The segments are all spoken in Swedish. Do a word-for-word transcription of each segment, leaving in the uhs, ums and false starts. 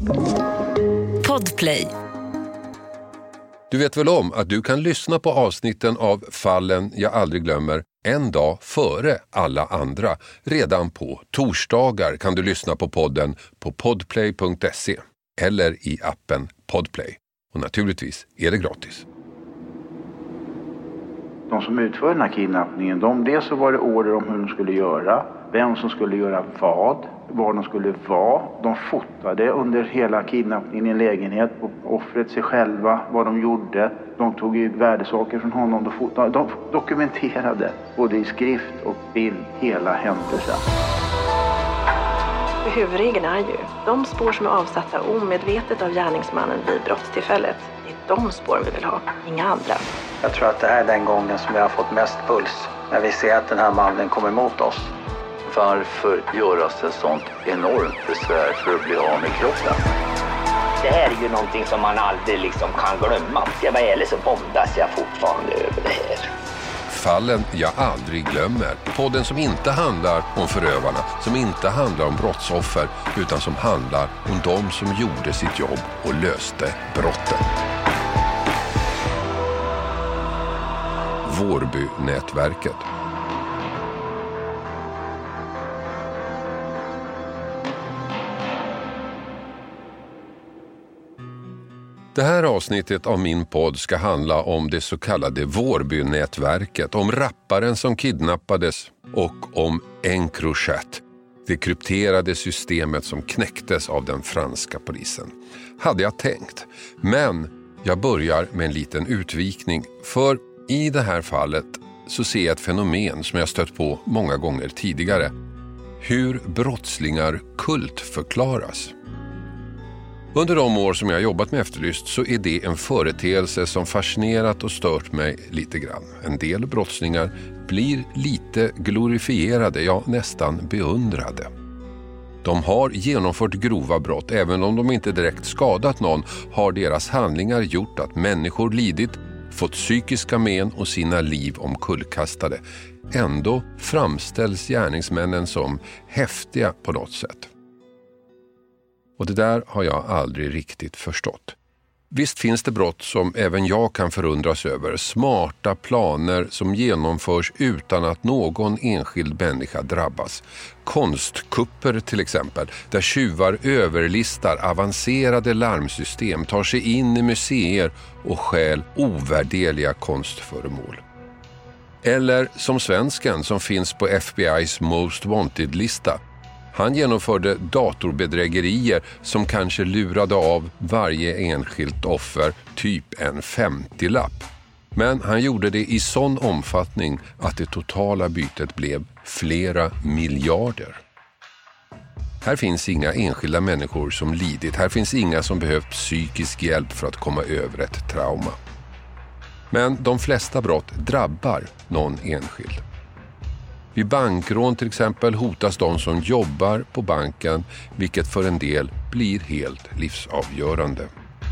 Podplay. Du vet väl om att du kan lyssna på avsnitten av Fallen jag aldrig glömmer en dag före alla andra. Redan på torsdagar kan du lyssna på podden på podplay punkt se eller i appen Podplay. Och naturligtvis är det gratis. De som utför den här kidnappningen, de, dels så var det order om hur de skulle göra, vem som skulle göra vad, var de skulle vara. De fotade under hela kidnappningen i en lägenhet, offret sig själva, vad de gjorde. De tog ut värdesaker från honom, de, fotade, de dokumenterade både i skrift och bild hela händelsen. Huvudregeln är ju, de spår som är avsatta omedvetet av gärningsmannen vid brottstillfället, det är de spår vi vill ha, inga andra. Jag tror att det här är den gången som jag har fått mest puls, när vi ser att den här mannen kommer emot oss. Varför göras ett sånt enormt besvär för att bli av med kroppen? Det här är ju någonting som man aldrig liksom kan glömma. Jag var ärlig så bondas jag fortfarande över det här. Fallen jag aldrig glömmer. Podden som inte handlar om förövarna, som inte handlar om brottsoffer, utan som handlar om de som gjorde sitt jobb och löste brotten. Vårbynätverket. Det här avsnittet av min podd ska handla om det så kallade Vårbynätverket, om rapparen som kidnappades och om Encrochat, det krypterade systemet som knäcktes av den franska polisen. Hade jag tänkt, men jag börjar med en liten utvikning, för i det här fallet så ser jag ett fenomen som jag stött på många gånger tidigare. Hur brottslingar kultförklaras. Under de år som jag har jobbat med Efterlyst så är det en företeelse som fascinerat och stört mig lite grann. En del brottslingar blir lite glorifierade, ja nästan beundrade. De har genomfört grova brott, även om de inte direkt skadat någon har deras handlingar gjort att människor lidit, fått psykiska men och sina liv omkullkastade. Ändå framställs gärningsmännen som häftiga på något sätt. Och det där har jag aldrig riktigt förstått. Visst finns det brott som även jag kan förundras över. Smarta planer som genomförs utan att någon enskild människa drabbas. Konstkupper till exempel, där tjuvar överlistar avancerade larmsystem, tar sig in i museer och stjäl ovärderliga konstföremål. Eller som svensken som finns på F B I:s Most Wanted-lista. Han genomförde datorbedrägerier som kanske lurade av varje enskilt offer typ en femtiolapp. Men han gjorde det i sån omfattning att det totala bytet blev flera miljarder. Här finns inga enskilda människor som lidit. Här finns inga som behövt psykisk hjälp för att komma över ett trauma. Men de flesta brott drabbar någon enskild. Vid bankrån till exempel hotas de som jobbar på banken, vilket för en del blir helt livsavgörande.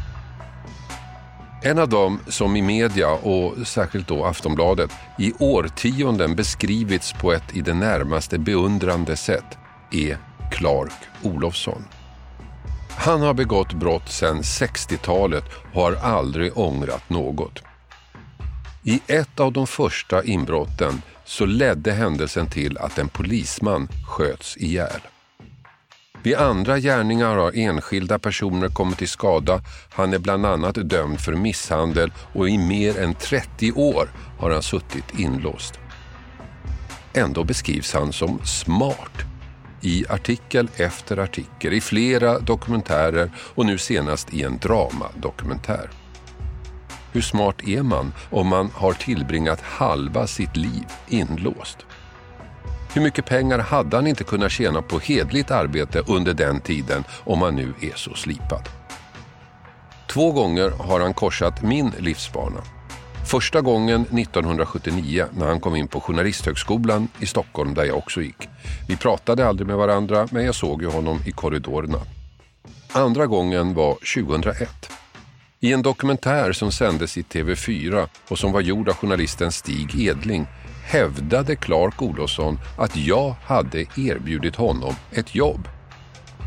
En av dem som i media och särskilt då Aftonbladet i årtionden beskrivits på ett i det närmaste beundrande sätt är Clark Olofsson. Han har begått brott sedan sextiotalet och har aldrig ångrat något. I ett av de första inbrotten så ledde händelsen till att en polisman sköts ihjäl. Vid andra gärningar har enskilda personer kommit till skada. Han är bland annat dömd för misshandel och i mer än trettio år har han suttit inlåst. Ändå beskrivs han som smart i artikel efter artikel, i flera dokumentärer och nu senast i en dramadokumentär. Hur smart är man om man har tillbringat halva sitt liv inlåst? Hur mycket pengar hade han inte kunnat tjäna på hedligt arbete under den tiden om man nu är så slipad? Två gånger har han korsat min livsbana. Första gången nittonhundrasjuttionio när han kom in på Journalisthögskolan i Stockholm där jag också gick. Vi pratade aldrig med varandra men jag såg ju honom i korridorerna. Andra gången var tjugohundraett. I en dokumentär som sändes i T V fyra och som var gjord av journalisten Stig Edling hävdade Clark Olofsson att jag hade erbjudit honom ett jobb.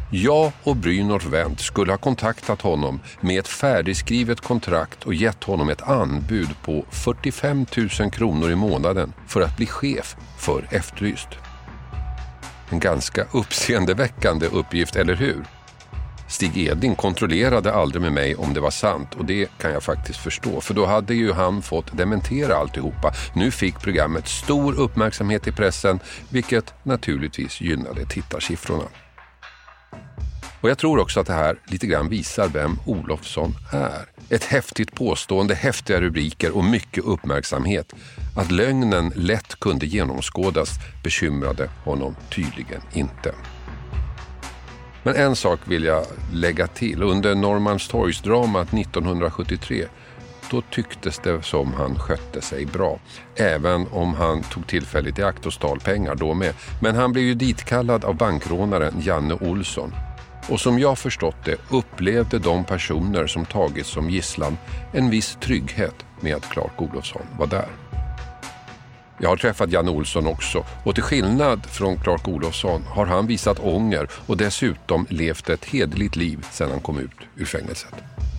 Jag och Brynolf Wendt skulle ha kontaktat honom med ett färdigskrivet kontrakt och gett honom ett anbud på fyrtiofem tusen kronor i månaden för att bli chef för Efterlyst. En ganska uppseendeväckande uppgift, eller hur? Stig Eding kontrollerade aldrig med mig om det var sant, och det kan jag faktiskt förstå, för då hade ju han fått dementera alltihopa. Nu fick programmet stor uppmärksamhet i pressen, vilket naturligtvis gynnade tittarsiffrorna. Och jag tror också att det här lite grann visar vem Olofsson är. Ett häftigt påstående, häftiga rubriker och mycket uppmärksamhet. Att lögnen lätt kunde genomskådas bekymrade honom tydligen inte. Men en sak vill jag lägga till. Under Norrmalmstorgsdramat nittonhundrasjuttiotre då tycktes det som han skötte sig bra. Även om han tog tillfället i akt och stal pengar då med. Men han blev ju ditkallad av bankrånaren Janne Olsson. Och som jag förstått det upplevde de personer som tagits som gisslan en viss trygghet med att Clark Olofsson var där. Jag har träffat Janne Olsson också, och till skillnad från Clark Olofsson har han visat ånger och dessutom levt ett hederligt liv sedan han kom ut ur fängelset.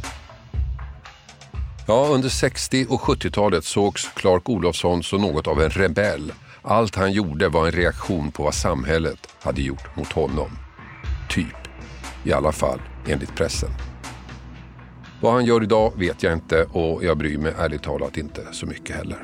Ja, under sextio- och sjuttiotalet sågs Clark Olofsson som något av en rebell. Allt han gjorde var en reaktion på vad samhället hade gjort mot honom. Typ. I alla fall enligt pressen. Vad han gör idag vet jag inte, och jag bryr mig ärligt talat inte så mycket heller.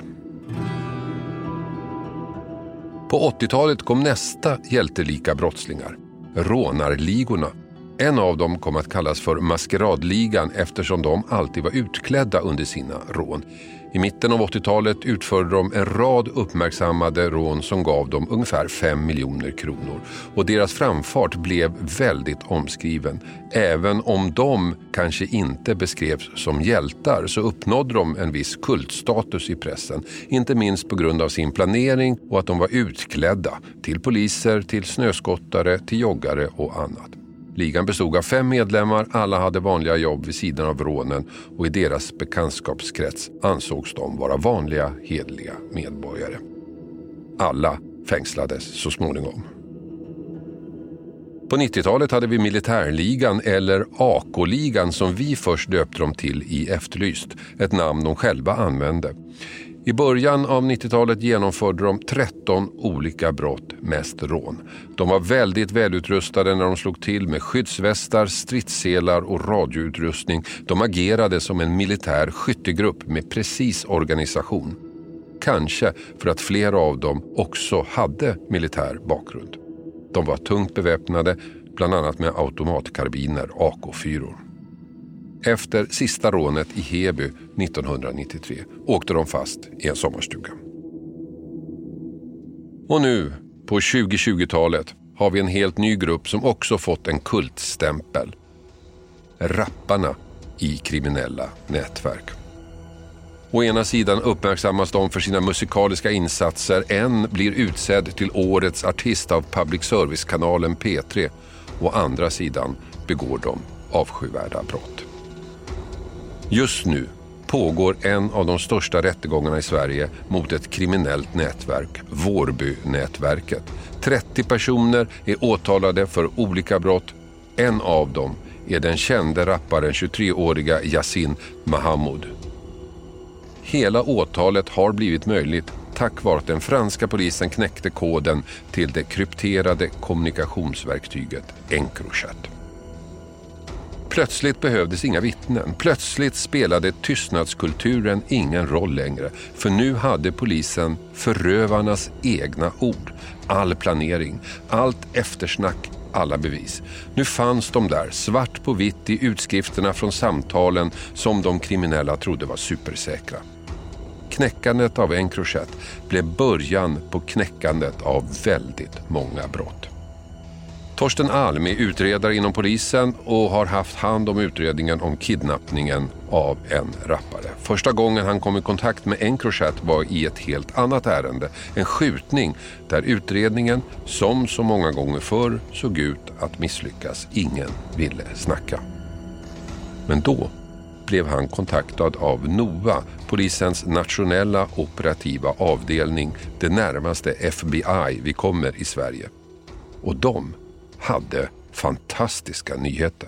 På åttiotalet kom nästa hjältelika brottslingar, rånarligorna. En av dem kom att kallas för maskeradligan eftersom de alltid var utklädda under sina rån. I mitten av åttiotalet utförde de en rad uppmärksammade rån som gav dem ungefär fem miljoner kronor. Och deras framfart blev väldigt omskriven. Även om de kanske inte beskrevs som hjältar så uppnådde de en viss kultstatus i pressen. Inte minst på grund av sin planering och att de var utklädda till poliser, till snöskottare, till joggare och annat. Ligan bestod av fem medlemmar, alla hade vanliga jobb vid sidan av rånen, och i deras bekantskapskrets ansågs de vara vanliga, hederliga medborgare. Alla fängslades så småningom. På nittiotalet hade vi militärligan, eller A K-ligan som vi först döpte dem till i Efterlyst, ett namn de själva använde. I början av nittiotalet genomförde de tretton olika brott, mest rån. De var väldigt välutrustade när de slog till med skyddsvästar, stridsselar och radioutrustning. De agerade som en militär skyttegrupp med precis organisation. Kanske för att flera av dem också hade militär bakgrund. De var tungt beväpnade, bland annat med automatkarbiner, A K fyra. Efter sista rånet i Heby nittonhundranittiotre åkte de fast i en sommarstuga. Och nu, på tjugo-tjugotalet, har vi en helt ny grupp som också fått en kultstämpel. Rapparna i kriminella nätverk. Å ena sidan uppmärksammas de för sina musikaliska insatser. En blir utsedd till årets artist av public service-kanalen P tre. Å andra sidan begår de avskyvärda brott. Just nu pågår en av de största rättegångarna i Sverige mot ett kriminellt nätverk, Vårbynätverket. trettio personer är åtalade för olika brott. En av dem är den kände rapparen tjugotreåriga Yasin Mahamud. Hela åtalet har blivit möjligt tack vare att den franska polisen knäckte koden till det krypterade kommunikationsverktyget Encrochat. Plötsligt behövdes inga vittnen. Plötsligt spelade tystnadskulturen ingen roll längre. För nu hade polisen förövarnas egna ord. All planering, allt eftersnack, alla bevis. Nu fanns de där, svart på vitt i utskrifterna från samtalen som de kriminella trodde var supersäkra. Knäckandet av Encrochat blev början på knäckandet av väldigt många brott. Torsten Alm är utredare inom polisen och har haft hand om utredningen om kidnappningen av en rappare. Första gången han kom i kontakt med Encrochat var i ett helt annat ärende. En skjutning där utredningen, som så många gånger förr, såg ut att misslyckas. Ingen ville snacka. Men då blev han kontaktad av NOA, polisens nationella operativa avdelning, det närmaste F B I vi kommer i Sverige. Och de hade fantastiska nyheter.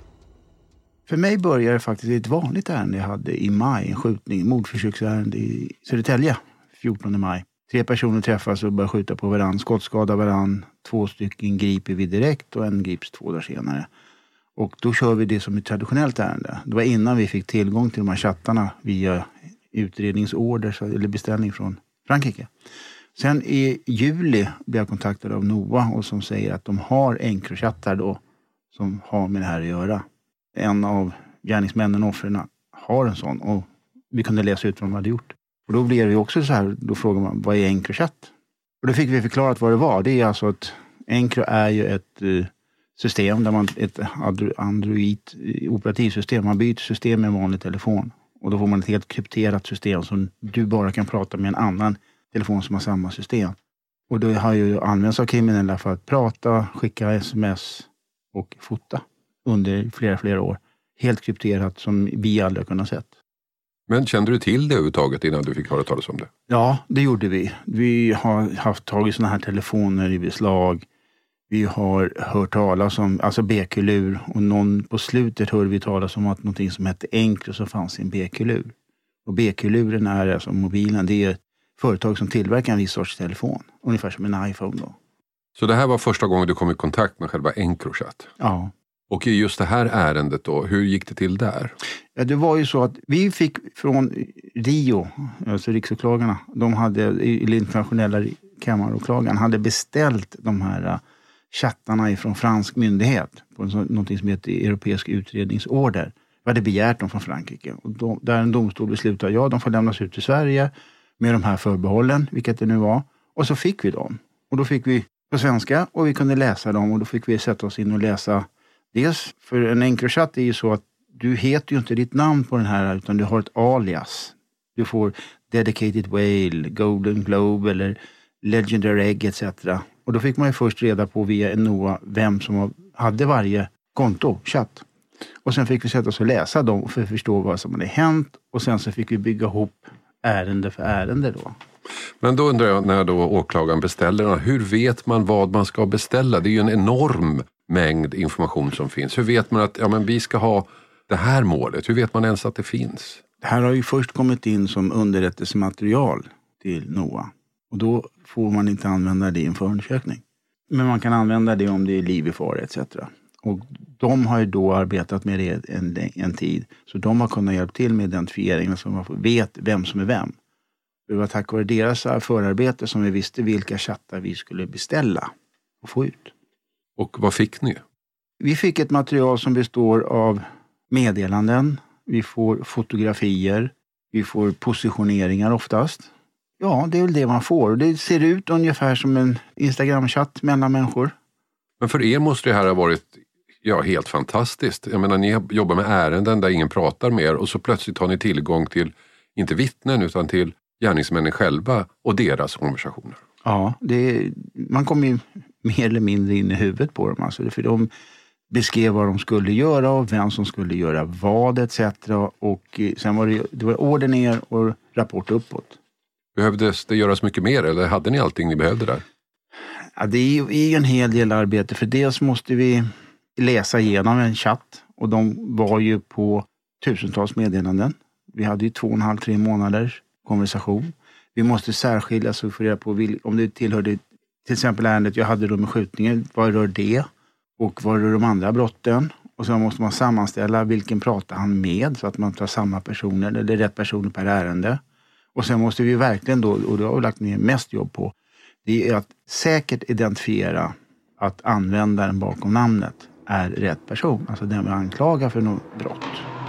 För mig började det faktiskt ett vanligt ärende jag hade i maj. En skjutning, mordförsöksärende i Södertälje, fjortonde maj. Tre personer träffas och börjar skjuta på varann, skottskada varann. Två stycken griper vi direkt och en grips två dagar senare. Och då kör vi det som ett traditionellt ärende. Det var innan vi fick tillgång till de här chattarna via utredningsorder eller beställning från Frankrike. Sen i juli blev jag kontaktad av NOA och som säger att de har Encrochattar då som har med det här att göra. En av gärningsmännen och offren har en sån och vi kunde läsa ut vad de hade gjort. Och då blev det också så här, då frågar man, vad är Encrochat? Och då fick vi förklarat vad det var. Det är alltså att Encro är ju ett uh, system där man, ett Android operativsystem, man byter system med en vanlig telefon. Och då får man ett helt krypterat system som du bara kan prata med en annan telefon som har samma system. Och då har ju använts av kriminella för att prata, skicka sms och fota under flera, flera år. Helt krypterat som vi aldrig kunnat sett. Men kände du till det överhuvudtaget innan du fick höra talas om det? Ja, det gjorde vi. Vi har haft tagit såna här telefoner i beslag. Vi har hört talas om, alltså B Q-lur. Och någon, på slutet hörde vi talas om att någonting som hette Encro som fanns i en B Q-lur. Och B Q-luren är alltså mobilen, det är företag som tillverkar en viss sorts telefon. Ungefär som en iPhone då. Så det här var första gången du kom i kontakt med själva Encrochat? Ja. Och i just det här ärendet då, hur gick det till där? Ja, det var ju så att vi fick från Rio, alltså riksåklagarna, de hade, eller internationella kammaråklagaren, hade beställt de här chattarna ifrån fransk myndighet på något som heter europeisk utredningsorder. Vi hade begärt dem från Frankrike och då, där en domstol beslutade, ja, de får lämnas ut till Sverige med de här förbehållen, vilket det nu var. Och så fick vi dem. Och då fick vi på svenska och vi kunde läsa dem och då fick vi sätta oss in och läsa. Dels för en Encrochat är ju så att du heter ju inte ditt namn på den här utan du har ett alias. Du får Dedicated Whale, Golden Globe eller Legendary Egg et cetera. Och då fick man ju först reda på via en NOA vem som hade varje konto, chatt. Och sen fick vi sätta oss och läsa dem för att förstå vad som hade hänt. Och sen så fick vi bygga ihop ärende för ärende då. Men då undrar jag, när då åklagaren beställer, hur vet man vad man ska beställa? Det är ju en enorm mängd information som finns. Hur vet man att ja, men vi ska ha det här målet? Hur vet man ens att det finns? Det här har ju först kommit in som underrättelsematerial till NOA. Och då får man inte använda det i en förundersökning. Men man kan använda det om det är liv i fara et cetera. Och de har ju då arbetat med det en, en tid. Så de har kunnat hjälpa till med identifieringen så man vet vem som är vem. Det var tack vare deras förarbete som vi visste vilka chattar vi skulle beställa och få ut. Och vad fick ni? Vi fick ett material som består av meddelanden. Vi får fotografier. Vi får positioneringar oftast. Ja, det är väl det man får. Det ser ut ungefär som en Instagram-chatt mellan människor. Men för er måste det här ha varit ja, helt fantastiskt. Jag menar, ni jobbar med ärenden där ingen pratar mer och så plötsligt har ni tillgång till, inte vittnen utan till gärningsmännen själva och deras konversationer. Ja, det är, man kommer ju mer eller mindre in i huvudet på dem. Alltså, för de beskrev vad de skulle göra och vem som skulle göra vad et cetera. Och sen var det, det var order ner och rapport uppåt. Behövdes det göras mycket mer eller hade ni allting ni behövde där? Ja, det är ju en hel del arbete. För dels måste vi läsa igenom en chatt. Och de var ju på tusentals meddelanden. Vi hade ju två och en halv, tre månaders konversation. Vi måste särskilja så för på om det tillhörde till exempel ärendet jag hade då med skjutningen. Vad rör det? Och vad rör de andra brotten? Och så måste man sammanställa vilken pratar han med så att man tar samma personer eller rätt personer per ärende. Och sen måste vi verkligen då, och det har vi lagt ner mest jobb på, det är att säkert identifiera att användaren bakom namnet är rätt person. Alltså den vi anklagar för något brott.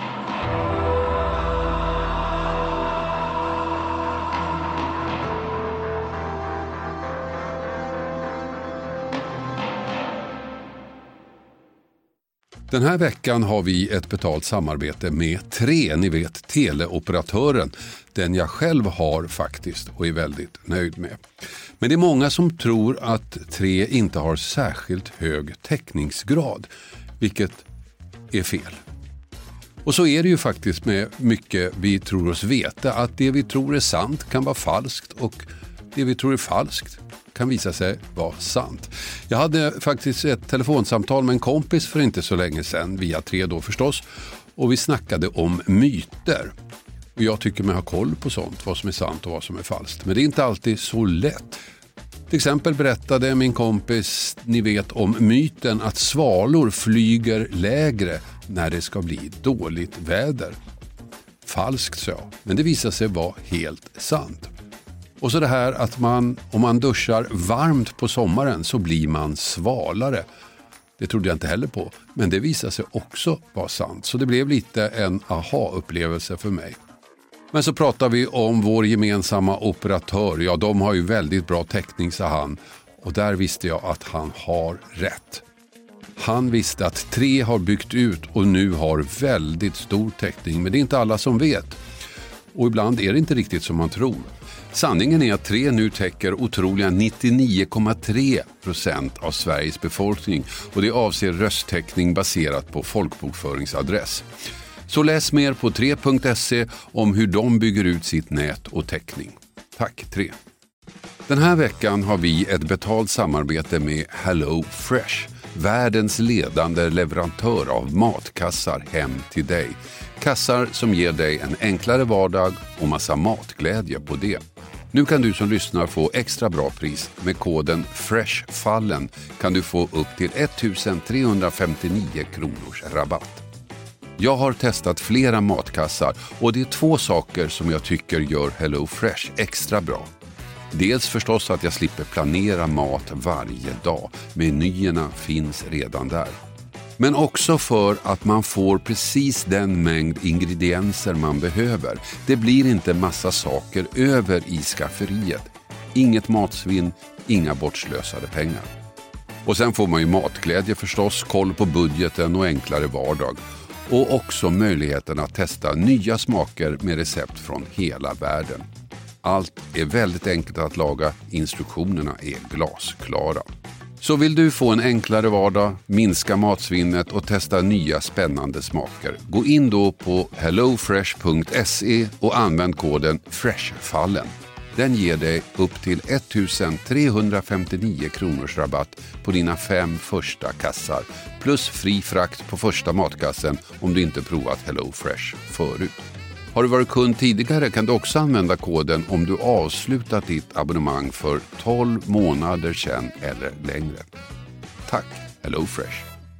Den här veckan har vi ett betalt samarbete med Tre, ni vet teleoperatören. Den jag själv har faktiskt och är väldigt nöjd med. Men det är många som tror att Tre inte har särskilt hög täckningsgrad, vilket är fel. Och så är det ju faktiskt med mycket vi tror oss veta, att det vi tror är sant kan vara falskt och det vi tror är falskt kan visa sig vara sant. Jag hade faktiskt ett telefonsamtal med en kompis för inte så länge sedan, via tre då förstås, och vi snackade om myter. Och jag tycker mig ha koll på sånt, vad som är sant och vad som är falskt. Men det är inte alltid så lätt. Till exempel berättade min kompis, ni vet, om myten att svalor flyger lägre när det ska bli dåligt väder. Falskt, så, men det visar sig vara helt sant. Och så det här att man, om man duschar varmt på sommaren så blir man svalare. Det trodde jag inte heller på, men det visar sig också vara sant. Så det blev lite en aha-upplevelse för mig. Men så pratar vi om vår gemensamma operatör. Ja, de har ju väldigt bra täckning, sa han. Och där visste jag att han har rätt. Han visste att tre har byggt ut och nu har väldigt stor täckning. Men det är inte alla som vet. Och ibland är det inte riktigt som man tror. Sanningen är att tre nu täcker otroliga nittionio komma tre procent av Sveriges befolkning. Och det avser rösttäckning baserat på folkbokföringsadress. Så läs mer på tre punkt se om hur de bygger ut sitt nät och täckning. Tack tre. Den här veckan har vi ett betalt samarbete med Hello Fresh, världens ledande leverantör av matkassar hem till dig. Kassar som ger dig en enklare vardag och massa matglädje på det. Nu kan du som lyssnar få extra bra pris. Med koden FRESHFALLEN kan du få upp till ettusentrehundrafemtionio kronors rabatt. Jag har testat flera matkassar och det är två saker som jag tycker gör Hello Fresh extra bra. Dels förstås att jag slipper planera mat varje dag. Menyerna finns redan där. Men också för att man får precis den mängd ingredienser man behöver. Det blir inte massa saker över i skafferiet. Inget matsvinn, inga bortslösade pengar. Och sen får man ju matglädje förstås, koll på budgeten och enklare vardag. Och också möjligheten att testa nya smaker med recept från hela världen. Allt är väldigt enkelt att laga, instruktionerna är glasklara. Så vill du få en enklare vardag, minska matsvinnet och testa nya spännande smaker. Gå in då på hellofresh punkt se och använd koden FRESHFALLEN. Den ger dig upp till ettusentrehundrafemtionio kronors rabatt på dina fem första kassar. Plus fri frakt på första matkassen om du inte provat Hello Fresh förut. Har du varit kund tidigare kan du också använda koden om du avslutat ditt abonnemang för tolv månader sedan eller längre. Tack, Hello Fresh.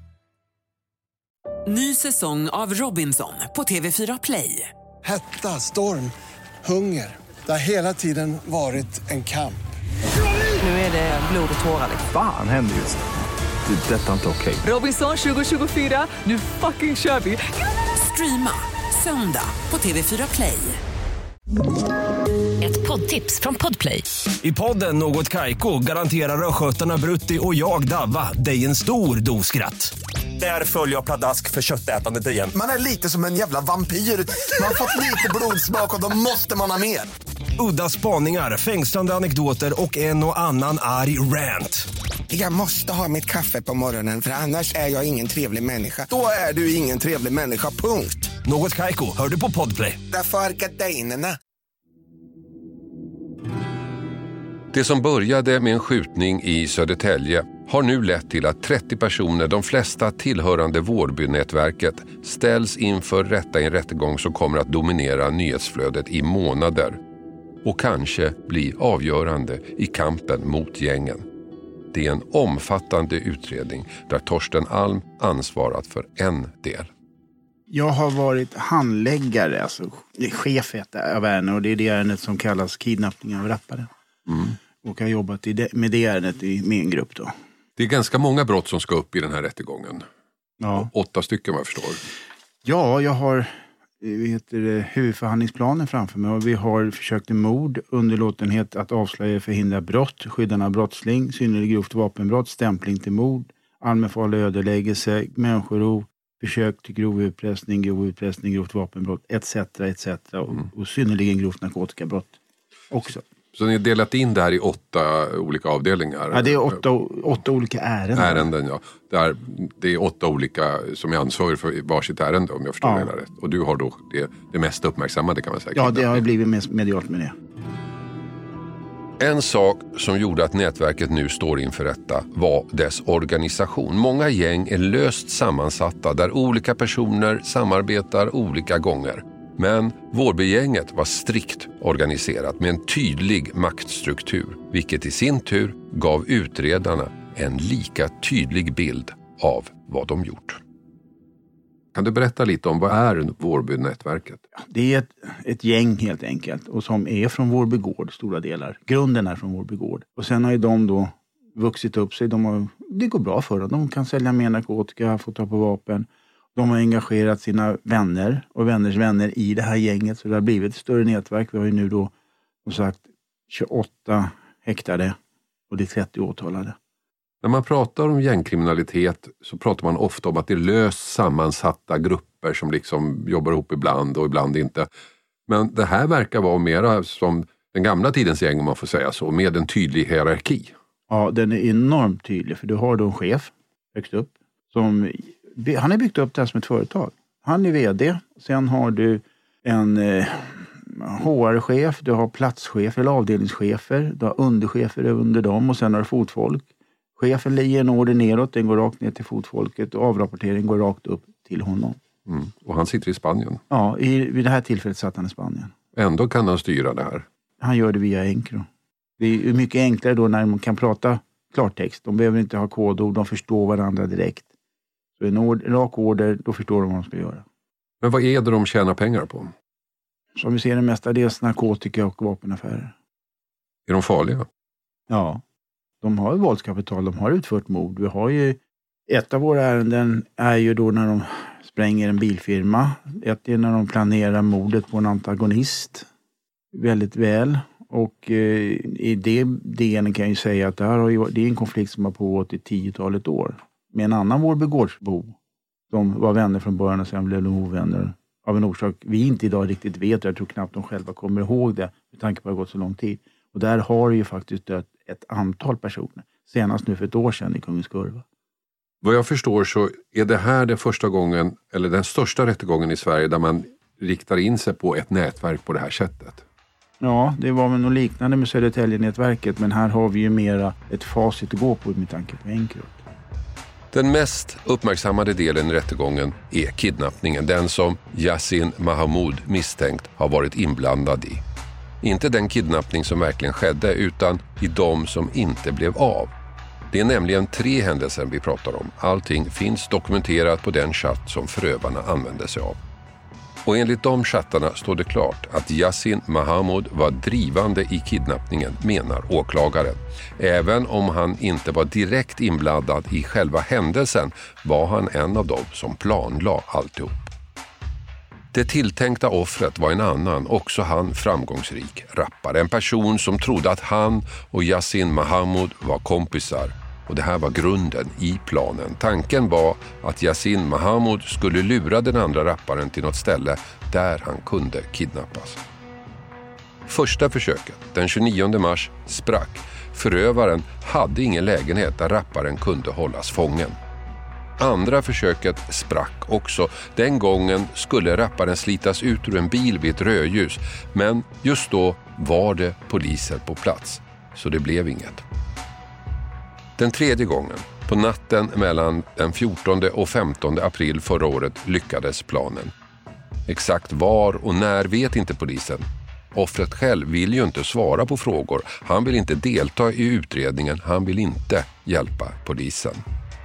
Ny säsong av Robinson på T V fyra Play. Hetta, storm, hunger. Det har hela tiden varit en kamp. Nu är det blod och tårar. Fan händer just det. Det är detta inte okej. Robinson tjugo tjugofyra, nu fucking kör vi. Streama söndag på T V fyra Play. Ett poddtips från Podplay. I podden Något Kaiko garanterar röskötarna Brutti och jag Davva dig en stor doskratt. Där följer jag pladask för köttätandet igen. Man är lite som en jävla vampyr. Man har fått lite blodsmak och då måste man ha mer. Udda spaningar, fängslande anekdoter och en och annan arg rant. Jag måste ha mitt kaffe på morgonen för annars är jag ingen trevlig människa. Då är du ingen trevlig människa, punkt. Något Kaiko, hör du på Podplay. Därför är gardinerna. Det som började med en skjutning i Södertälje har nu lett till att trettio personer, de flesta tillhörande Vårbynätverket, ställs inför rätta i en rättegång som kommer att dominera nyhetsflödet i månader och kanske bli avgörande i kampen mot gängen. Det är en omfattande utredning där Torsten Alm ansvarat för en del. Jag har varit handläggare, alltså chef av ärendet, och det är det ärendet som kallas kidnappning av rappare. Mm. Och har jobbat i det, med det ärendet i min grupp då. Det är ganska många brott som ska upp i den här rättegången. Ja. Åtta stycken vad jag förstår. Ja, jag har heter det, huvudförhandlingsplanen framför mig. Och vi har försökt till mord, underlåtenhet att avslöja förhindra brott, skyddande av brottsling, synnerligen grovt vapenbrott, stämpling till mord, allmänfarlig ödeläggelse, människorov, försök till grov utpressning, grov utpressning, grovt vapenbrott, et cetera et cetera. Och, mm. och synnerligen grovt narkotikabrott också. Så ni har delat in det här i åtta olika avdelningar? Ja, det är åtta, åtta olika ärenden. Ärenden, ja. Där, det är åtta olika som är ansvariga för varsitt ärende, om jag förstår ja. det rätt. Och du har då det, det mest uppmärksammade, kan man säga. Ja, det har blivit mest medialt med det. En sak som gjorde att nätverket nu står inför rätta var dess organisation. Många gäng är löst sammansatta där olika personer samarbetar olika gånger. Men Vårbygänget var strikt organiserat med en tydlig maktstruktur, vilket i sin tur gav utredarna en lika tydlig bild av vad de gjort. Kan du berätta lite om vad är Vårbynätverket? Det är ett, ett gäng helt enkelt och som är från Vårby gård, stora delar. Grunden är från Vårby gård. Och sen har ju de då vuxit upp sig. De har, det går bra för dem. De kan sälja mer narkotika, få ta på vapen. De har engagerat sina vänner och vänners vänner i det här gänget. Så det har blivit ett större nätverk. Vi har ju nu då som sagt tjugoåtta häktade och det är trettio åtalade. När man pratar om gängkriminalitet så pratar man ofta om att det är löst sammansatta grupper som liksom jobbar ihop ibland och ibland inte. Men det här verkar vara mera som den gamla tidens gäng, om man får säga så, med en tydlig hierarki. Ja, den är enormt tydlig för du har då en chef högst upp. Som, han har byggt upp det här som ett företag. Han är vd, sen har du en eh, H R-chef, du har platschef eller avdelningschefer, du har underchefer under dem och sen har du fotfolk. Chefen ger en order neråt, den går rakt ner till fotfolket och avrapporteringen går rakt upp till honom. Mm. Och han sitter i Spanien? Ja, i, vid det här tillfället satt han i Spanien. Ändå kan han styra det här? Han gör det via Encro. Det är mycket enklare då när man kan prata klartext. De behöver inte ha kodord, de förstår varandra direkt. Så en, ord, en rak order, då förstår de vad de ska göra. Men vad är det de tjänar pengar på? Som vi ser det mesta, dels narkotika och vapenaffärer. Är de farliga? Ja. De har ju våldskapital, de har utfört mord. Vi har ju, ett av våra ärenden är ju då när de spränger en bilfirma. Ett är när de planerar mordet på en antagonist. Väldigt väl. Och eh, i det delen kan jag ju säga att det här har ju, det är en konflikt som har pågått i tiotalet år. Med en annan Vårby gårdsbo. De var vänner från början och sen blev de ovänner. Av en orsak vi inte idag riktigt vet. Jag tror knappt de själva kommer ihåg det. Med tanke på att det har gått så lång tid. Och där har det ju faktiskt dött ett antal personer. Senast nu för ett år sedan i Kungens Kurva. Vad jag förstår så är det här den första gången, eller den största rättegången i Sverige där man riktar in sig på ett nätverk på det här sättet. Ja, det var väl något liknande med Södertälje-nätverket, men här har vi ju mera ett facit att gå på med tanke på Encro. Den mest uppmärksammade delen i rättegången är kidnappningen, den som Yasin Mahamoud misstänkt har varit inblandad i. Inte den kidnappning som verkligen skedde utan i de som inte blev av. Det är nämligen tre händelser vi pratar om. Allting finns dokumenterat på den chatt som förövarna använde sig av. Och enligt de chattarna står det klart att Yasin Mahamoud var drivande i kidnappningen, menar åklagaren. Även om han inte var direkt inblandad i själva händelsen var han en av dem som planlade alltihop. Det tilltänkta offret var en annan, också han framgångsrik rappare. En person som trodde att han och Yasin Mahamoud var kompisar. Och det här var grunden i planen. Tanken var att Yasin Mahamoud skulle lura den andra rapparen till något ställe där han kunde kidnappas. Första försöket, den tjugonionde mars, sprack. Förövaren hade ingen lägenhet där rapparen kunde hållas fången. Andra försöket sprack också. Den gången skulle rapparen slitas ut ur en bil vid ett rödljus. Men just då var det poliser på plats. Så det blev inget. Den tredje gången, på natten mellan den fjortonde och femtonde april förra året, lyckades planen. Exakt var och när vet inte polisen. Offret själv vill ju inte svara på frågor. Han vill inte delta i utredningen. Han vill inte hjälpa polisen.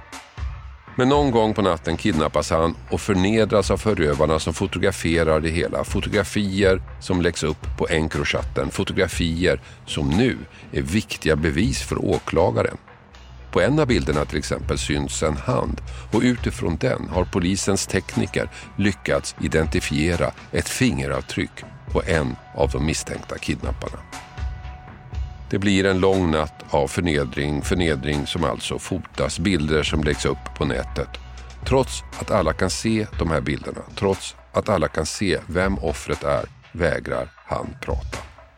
Men någon gång på natten kidnappas han och förnedras av förövarna som fotograferar det hela. Fotografier som läggs upp på Encro-chatten. Fotografier som nu är viktiga bevis för åklagaren. På en av bilderna till exempel syns en hand och utifrån den har polisens tekniker lyckats identifiera ett fingeravtryck på en av de misstänkta kidnapparna. Det blir en lång natt av förnedring, förnedring som alltså fotas, bilder som läggs upp på nätet. Trots att alla kan se de här bilderna, trots att alla kan se vem offret är, vägrar han prata.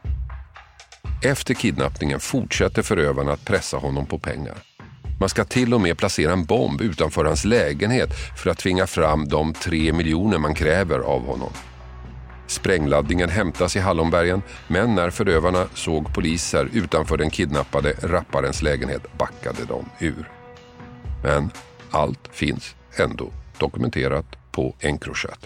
Efter kidnappningen fortsätter förövarna att pressa honom på pengar. Man ska till och med placera en bomb utanför hans lägenhet för att tvinga fram de tre miljoner man kräver av honom. Sprängladdningen hämtas i Hallonbergen, men när förövarna såg poliser utanför den kidnappade rapparens lägenhet backade de ur. Men allt finns ändå dokumenterat på Encrochat.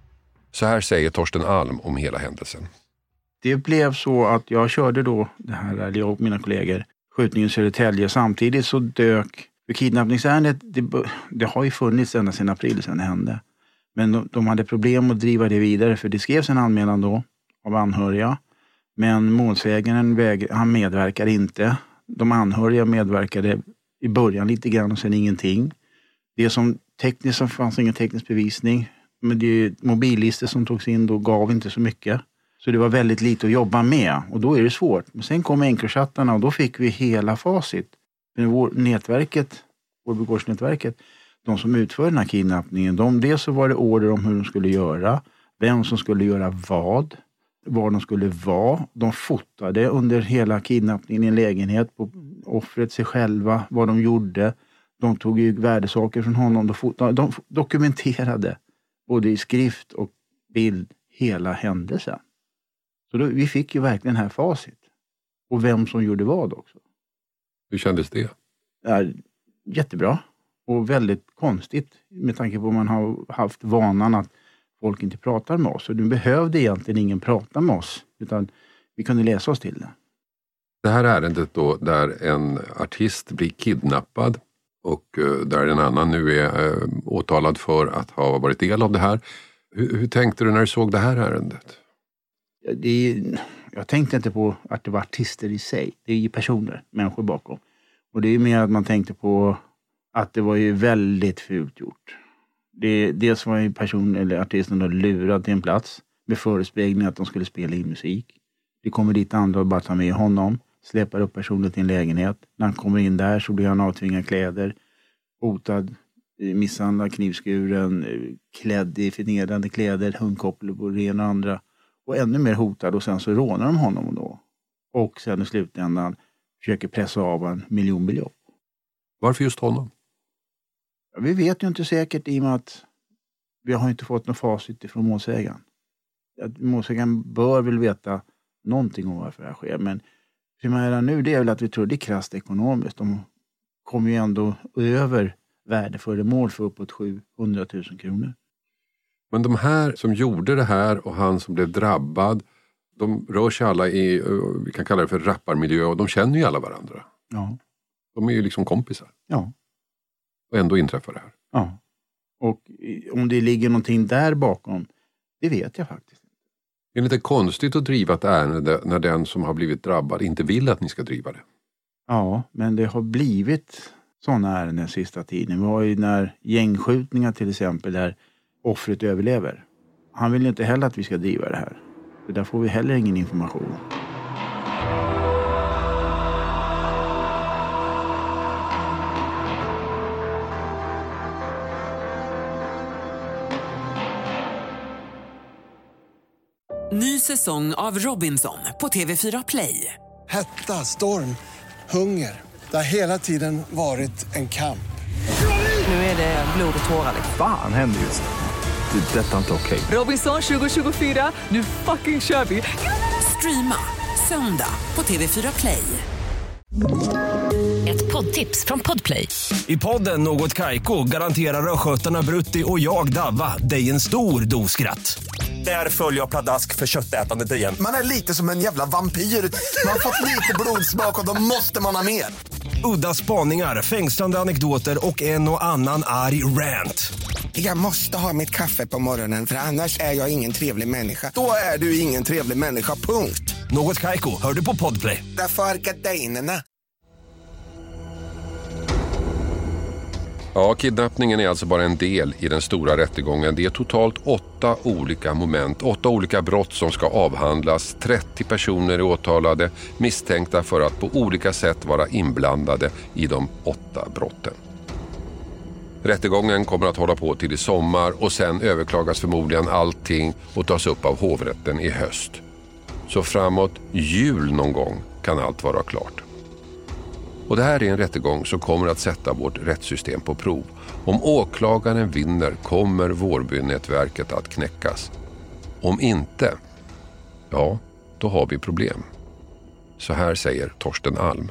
Så här säger Torsten Alm om hela händelsen. Det blev så att jag körde då, det här, eller jag och mina kollegor, skjutningen i Södertälje. Samtidigt så dök, för kidnappningsärendet, det, det har ju funnits ända sedan april sedan det hände. Men de, de hade problem att driva det vidare, för det skrevs en anmälan då av anhöriga. Men målsägaren väg, han medverkade inte. De anhöriga medverkade i början lite grann och sen ingenting. Det som tekniskt, så fanns ingen teknisk bevisning. Men det mobillistor som togs in då gav inte så mycket. Så det var väldigt lite att jobba med. Och då är det svårt. Men sen kom Encrochattarna och då fick vi hela facit. Men vår nätverket, Vårbygårdsnätverket, de som utförde den här kidnappningen, de, dels så var det order om hur de skulle göra. Vem som skulle göra vad. Var de skulle vara. De fotade under hela kidnappningen i en lägenhet på offret, sig själva, vad de gjorde. De tog ju värdesaker från honom. De, fotade, de dokumenterade både i skrift och bild hela händelsen. Så då, vi fick ju verkligen här facit. Och vem som gjorde vad också. Hur kändes det? Ja, jättebra. Och väldigt konstigt med tanke på att man har haft vanan att folk inte pratar med oss. Och du behövde egentligen ingen prata med oss. Utan vi kunde läsa oss till det. Det här ärendet då där en artist blir kidnappad och där en annan nu är äh, åtalad för att ha varit del av det här. Hur, hur tänkte du när du såg det här ärendet? Ja, det är, jag tänkte inte på att det var artister i sig. Det är ju personer, människor bakom. Och det är mer att man tänkte på att det var ju väldigt fult gjort. Det, dels var ju personen eller artisten då lurad till en plats med förespegling att de skulle spela in musik. Det kommer dit andra och bara tar med honom. Släpar upp personen till en lägenhet. När han kommer in där så blir han avtvingad kläder. Hotad, misshandlad, knivskuren, klädd i förnedrande kläder, hundkoppel på det ena och andra. Och ännu mer hotad och sen så rånar de honom då. Och sen i slutändan försöker pressa av en miljonbelopp. Varför just honom? Ja, vi vet ju inte säkert i och med att vi har inte fått någon facit ifrån målsägaren. Målsägaren bör väl veta någonting om varför det här sker. Men primära nu det är väl att vi tror det är krasst ekonomiskt. De kommer ju ändå över värdeföremål för uppåt sjuhundratusen kronor. Men de här som gjorde det här och han som blev drabbad, de rör sig alla i, vi kan kalla det för rapparmiljö, och de känner ju alla varandra. Ja. De är ju liksom kompisar. Ja. Och ändå inträffar det här. Ja. Och om det ligger någonting där bakom, det vet jag faktiskt. Det är lite konstigt att driva ett ärende när den som har blivit drabbad inte vill att ni ska driva det. Ja, men det har blivit sådana ärenden sista tiden. Vi har ju när gängskjutningar till exempel där offret överlever. Han vill ju inte heller att vi ska driva det här. Så där får vi heller ingen information. Ny säsong av Robinson på T V fyra Play. Hetta, storm, hunger. Det har hela tiden varit en kamp. Nu är det blod och tårar. Fan händer just det. Det är detta inte okej. Robinson tjugo tjugofyra, nu fucking kör vi. Streama söndag på T V fyra Play. Ett poddtips från Podplay. I podden Något Kaiko garanterar röskötarna Brutti och jag Davva dig en stor dos skratt. Där följer jag pladask för köttätandet igen. Man är lite som en jävla vampyr. Man har fått lite blodsmak och då måste man ha mer. Udda spaningar, fängslande anekdoter och en och annan arg rant. Jag måste ha mitt kaffe på morgonen för annars är jag ingen trevlig människa. Då är du ingen trevlig människa, punkt. Något Kaiko, hör du på Podplay. Därför är gardinerna. Ja, kidnappningen är alltså bara en del i den stora rättegången. Det är totalt åtta olika moment, åtta olika brott som ska avhandlas. trettio personer är åtalade, misstänkta för att på olika sätt vara inblandade i de åtta brotten. Rättegången kommer att hålla på till i sommar och sen överklagas förmodligen allting och tas upp av hovrätten i höst. Så framåt jul någon gång kan allt vara klart. Och det här är en rättegång som kommer att sätta vårt rättssystem på prov. Om åklagaren vinner kommer Vårbynätverket att knäckas. Om inte, ja, då har vi problem. Så här säger Torsten Alm.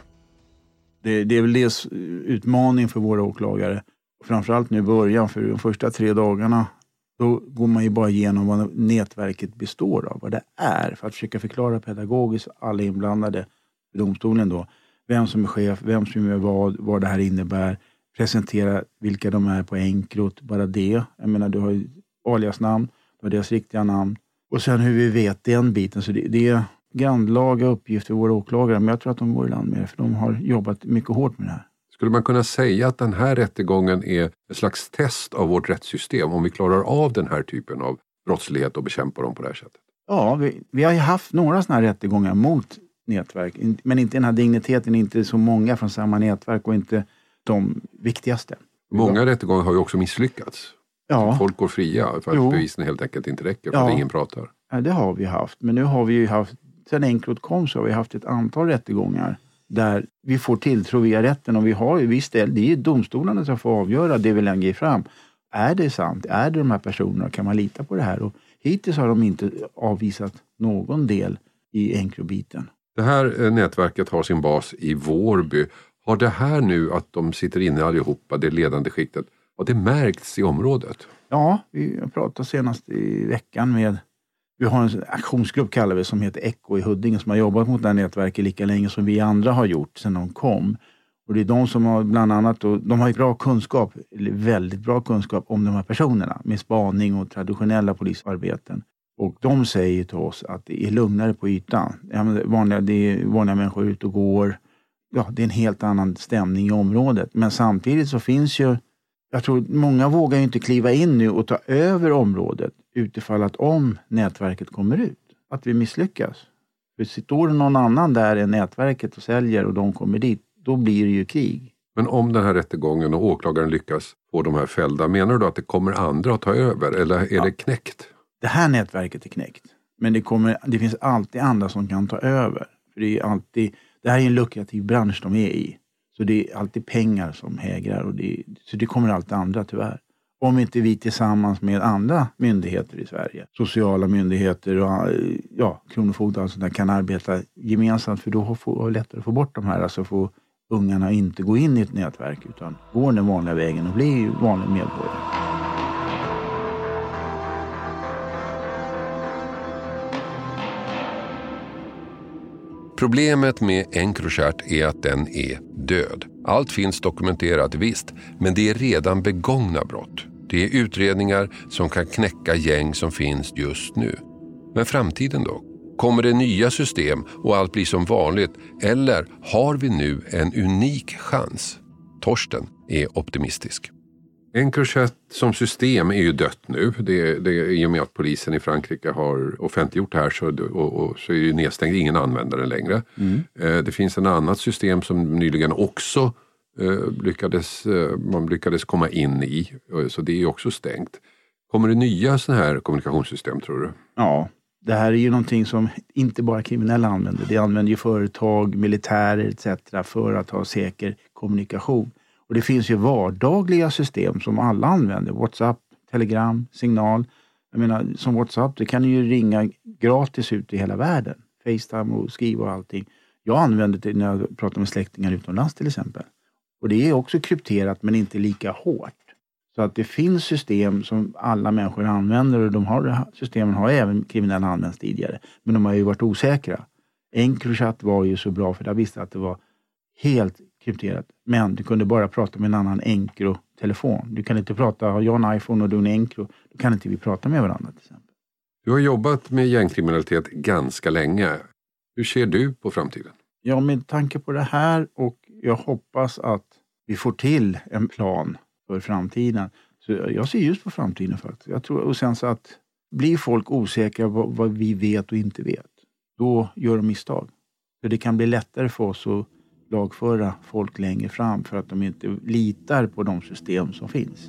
Det, det är väl det utmaning för våra åklagare. Framförallt nu i början, för de första tre dagarna, då går man ju bara igenom vad nätverket består av, vad det är, för att försöka förklara pedagogiskt alla inblandade i domstolen då. Vem som är chef, vem som är vad, vad det här innebär, presentera vilka de är på Encrot, bara det. Jag menar, du har ju aliasnamn, du har deras riktiga namn. Och sen hur vi vet den biten, så det, det är grannlaga uppgift för våra åklagare, men jag tror att de går i land med det, för de har jobbat mycket hårt med det här. Skulle man kunna säga att den här rättegången är ett slags test av vårt rättssystem, om vi klarar av den här typen av brottslighet och bekämpar dem på det här sättet? Ja, vi, vi har ju haft några sådana här rättegångar mot nätverk, men inte den här digniteten, inte så många från samma nätverk och inte de viktigaste. Många ja. rättegångar har ju också misslyckats. Ja. Folk går fria för att jo. bevisen helt enkelt inte räcker, för ja. att ingen pratar. Ja, det har vi haft, men nu har vi ju haft, sen Encrot kom så har vi haft ett antal rättegångar där vi får tilltro via rätten, och vi har ju visst, det är ju domstolarna som får avgöra det vi lägger fram. Är det sant? Är det de här personerna? Kan man lita på det här? Och hittills har de inte avvisat någon del i Encrot-biten. Det här nätverket har sin bas i Vårby. Har det här nu, att de sitter inne allihopa, det ledande skiktet, har det märkts i området? Ja, vi pratade senast i veckan med, vi har en aktionsgrupp kallar vi, som heter Echo i Huddinge, som har jobbat mot det här nätverket lika länge som vi andra har gjort sedan de kom. Och det är de som har bland annat, och de har ju bra kunskap, eller väldigt bra kunskap om de här personerna med spaning och traditionella polisarbeten. Och de säger till oss att det är lugnare på ytan. Vanliga, det är vanliga människor ute och går. Ja, det är en helt annan stämning i området. Men samtidigt så finns ju, jag tror många vågar ju inte kliva in nu och ta över området utifall att om nätverket kommer ut, att vi misslyckas. För står det någon annan där än nätverket och säljer och de kommer dit, då blir det ju krig. Men om den här rättegången och åklagaren lyckas få de här fällda, menar du att det kommer andra att ta över, eller är ja. det knäckt? Det här nätverket är knäckt. Men det, kommer, det finns alltid andra som kan ta över. För det är alltid, det här är en lukrativ bransch de är i. Så det är alltid pengar som hägrar. Och det, så det kommer alltid andra tyvärr. Om inte vi tillsammans med andra myndigheter i Sverige, sociala myndigheter och ja, kronofogdar och sånt där, kan arbeta gemensamt. För då får det lättare att få bort de här. Alltså få ungarna inte gå in i ett nätverk, utan gå den vanliga vägen och bli vanlig medborgare. Problemet med Encrochat är att den är död. Allt finns dokumenterat, visst, men det är redan begångna brott. Det är utredningar som kan knäcka gäng som finns just nu. Men framtiden då? Kommer det nya system och allt blir som vanligt? Eller har vi nu en unik chans? Torsten är optimistisk. Encrochat som system är ju dött nu. Det, det, I och med att polisen i Frankrike har offentliggjort det här så, och, och, så är det nedstängt, ingen använder den längre. Mm. Eh, det finns en annat system som nyligen också eh, lyckades, eh, man lyckades komma in i. Så det är också stängt. Kommer det nya sådana här kommunikationssystem, tror du? Ja, det här är ju någonting som inte bara kriminella använder. Det använder ju företag, militärer et cetera för att ha säker kommunikation. Och det finns ju vardagliga system som alla använder. WhatsApp, Telegram, Signal. Jag menar, som WhatsApp, det kan ju ringa gratis ut i hela världen. FaceTime och skriva och allting. Jag använder det när jag pratar med släktingar utomlands till exempel. Och det är också krypterat men inte lika hårt. Så att det finns system som alla människor använder, och de har, systemen har även kriminella använts tidigare. Men de har ju varit osäkra. Encrochat var ju så bra, för jag visste att det var helt krypterat. Men du kunde bara prata med en annan Encro-telefon. Du kan inte prata, har jag en iPhone och du en Encro, då kan inte vi prata med varandra till exempel. Du har jobbat med gängkriminalitet ganska länge. Hur ser du på framtiden? Ja, med tanke på det här, och jag hoppas att vi får till en plan för framtiden. Så jag ser just på framtiden faktiskt. Jag tror, och sen så att blir folk osäkra vad, vad vi vet och inte vet, då gör de misstag. För det kan bli lättare för oss att lagföra folk längre fram för att de inte litar på de system som finns.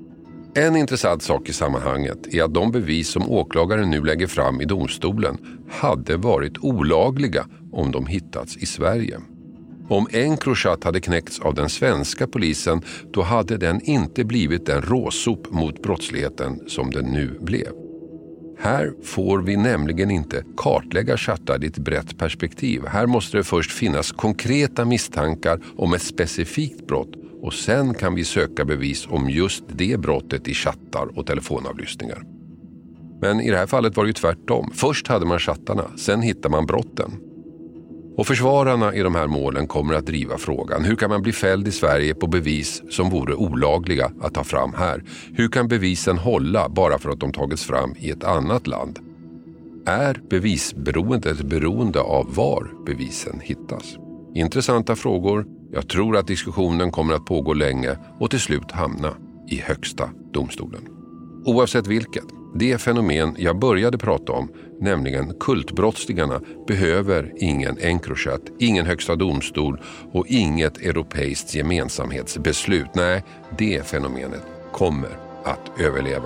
En intressant sak i sammanhanget är att de bevis som åklagaren nu lägger fram i domstolen hade varit olagliga om de hittats i Sverige. Om Encrochat hade knäckts av den svenska polisen, då hade den inte blivit den råsop mot brottsligheten som den nu blev. Här får vi nämligen inte kartlägga chattar i ett brett perspektiv. Här måste det först finnas konkreta misstankar om ett specifikt brott och sen kan vi söka bevis om just det brottet i chattar och telefonavlyssningar. Men i det här fallet var det ju tvärtom. Först hade man chattarna, sen hittar man brotten. Och försvararna i de här målen kommer att driva frågan. Hur kan man bli fälld i Sverige på bevis som vore olagliga att ta fram här? Hur kan bevisen hålla bara för att de tagits fram i ett annat land? Är bevisberoendet beroende av var bevisen hittas? Intressanta frågor. Jag tror att diskussionen kommer att pågå länge och till slut hamna i högsta domstolen. Oavsett vilket, det fenomen jag började prata om, nämligen kultbrottslingarna, behöver ingen Encrochat, ingen högsta domstol och inget europeiskt gemensamhetsbeslut. Nej, det fenomenet kommer att överleva.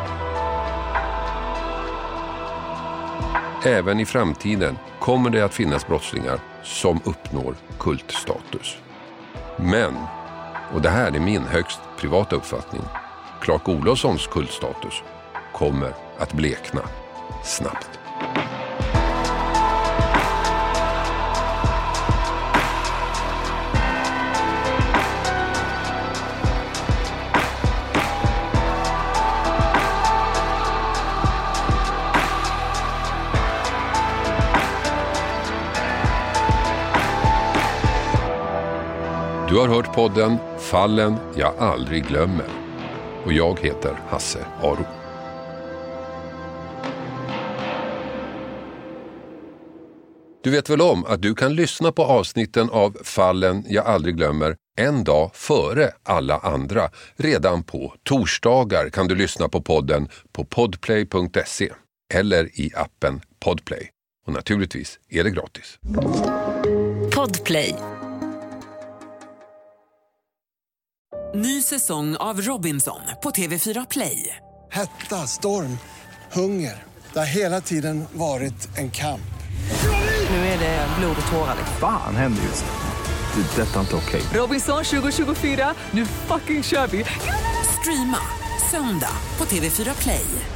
Även i framtiden kommer det att finnas brottslingar som uppnår kultstatus. Men, och det här är min högst privata uppfattning, Clark Olofssons kultstatus kommer att blekna snabbt. Du har hört podden Fallen jag aldrig glömmer. Och jag heter Hasse Aro. Du vet väl om att du kan lyssna på avsnitten av Fallen jag aldrig glömmer en dag före alla andra. Redan på torsdagar kan du lyssna på podden på podplay punkt se eller i appen Podplay. Och naturligtvis är det gratis. Podplay. Ny säsong av Robinson på T V fyra Play. Hetta, storm, hunger. Det har hela tiden varit en kamp. Nu är det blod och tårar. Fan händer just det. Det är detta inte okej. Robinson tjugo tjugofyra, nu fucking kör vi. Streama söndag på T V fyra Play.